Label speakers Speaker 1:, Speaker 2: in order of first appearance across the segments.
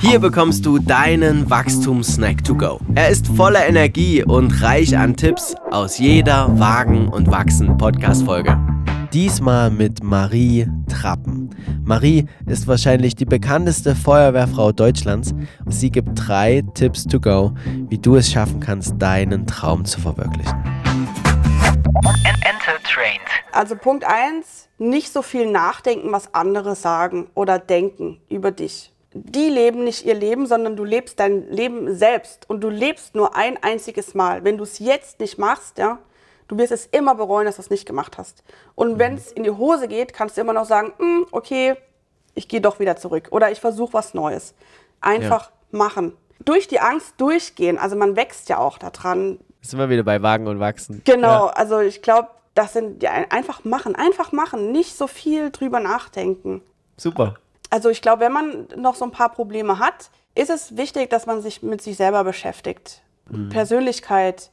Speaker 1: Hier bekommst du deinen Wachstumssnack to go. Er ist voller Energie und reich an Tipps aus jeder Wagen und Wachsen Podcast-Folge. Diesmal mit Marie Trappen. Marie ist wahrscheinlich die bekannteste Feuerwehrfrau Deutschlands und sie gibt 3 Tipps to go, wie du es schaffen kannst, deinen Traum zu verwirklichen.
Speaker 2: Also Punkt 1, nicht so viel nachdenken, was andere sagen oder denken über dich. Die leben nicht ihr Leben, sondern du lebst dein Leben selbst und du lebst nur ein einziges Mal. Wenn du es jetzt nicht machst, ja, du wirst es immer bereuen, dass du es nicht gemacht hast. Und wenn es in die Hose geht, kannst du immer noch sagen, okay, ich gehe doch wieder zurück oder ich versuche was Neues. Einfach machen. Durch die Angst durchgehen, also man wächst ja auch daran.
Speaker 1: Sind wir wieder bei Wagen und Wachsen.
Speaker 2: Genau, also ich glaube, das sind einfach machen, nicht so viel drüber nachdenken.
Speaker 1: Super.
Speaker 2: Also ich glaube, wenn man noch so ein paar Probleme hat, ist es wichtig, dass man sich mit sich selber beschäftigt. Persönlichkeit,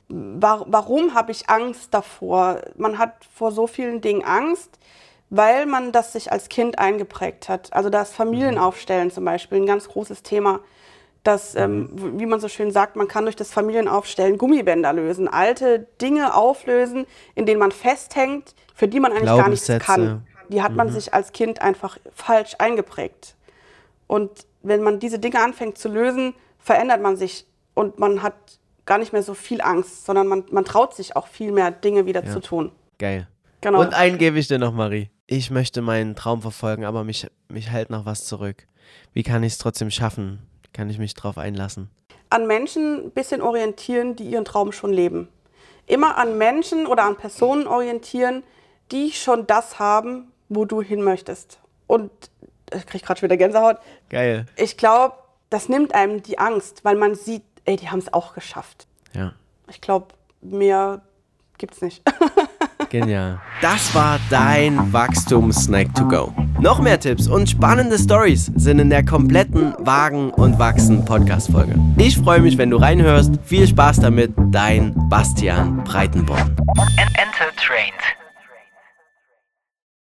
Speaker 2: warum habe ich Angst davor? Man hat vor so vielen Dingen Angst, weil man das sich als Kind eingeprägt hat. Also das Familienaufstellen zum Beispiel, ein ganz großes Thema. Das, wie man so schön sagt, man kann durch das Familienaufstellen Gummibänder lösen, alte Dinge auflösen, in denen man festhängt, für die man eigentlich gar nichts kann. Die hat man sich als Kind einfach falsch eingeprägt. Und wenn man diese Dinge anfängt zu lösen, verändert man sich und man hat gar nicht mehr so viel Angst, sondern man traut sich auch viel mehr Dinge wieder zu tun.
Speaker 1: Geil.
Speaker 2: Genau.
Speaker 1: Und einen gebe ich dir noch, Marie. Ich möchte meinen Traum verfolgen, aber mich hält noch was zurück. Wie kann ich es trotzdem schaffen? Kann ich mich drauf einlassen?
Speaker 2: An Menschen ein bisschen orientieren, die ihren Traum schon leben. Immer an Menschen oder an Personen orientieren, die schon das haben, wo du hin möchtest. Und ich kriege gerade schon wieder Gänsehaut.
Speaker 1: Geil.
Speaker 2: Ich glaube, das nimmt einem die Angst, weil man sieht, die haben es auch geschafft.
Speaker 1: Ja.
Speaker 2: Ich glaube, mehr gibt's nicht.
Speaker 1: Genial. Das war dein Wachstumssnack to go. Noch mehr Tipps und spannende Stories sind in der kompletten Wagen und Wachsen Podcast-Folge. Ich freue mich, wenn du reinhörst. Viel Spaß damit, dein Bastian Breitenborn.
Speaker 3: Entertrained.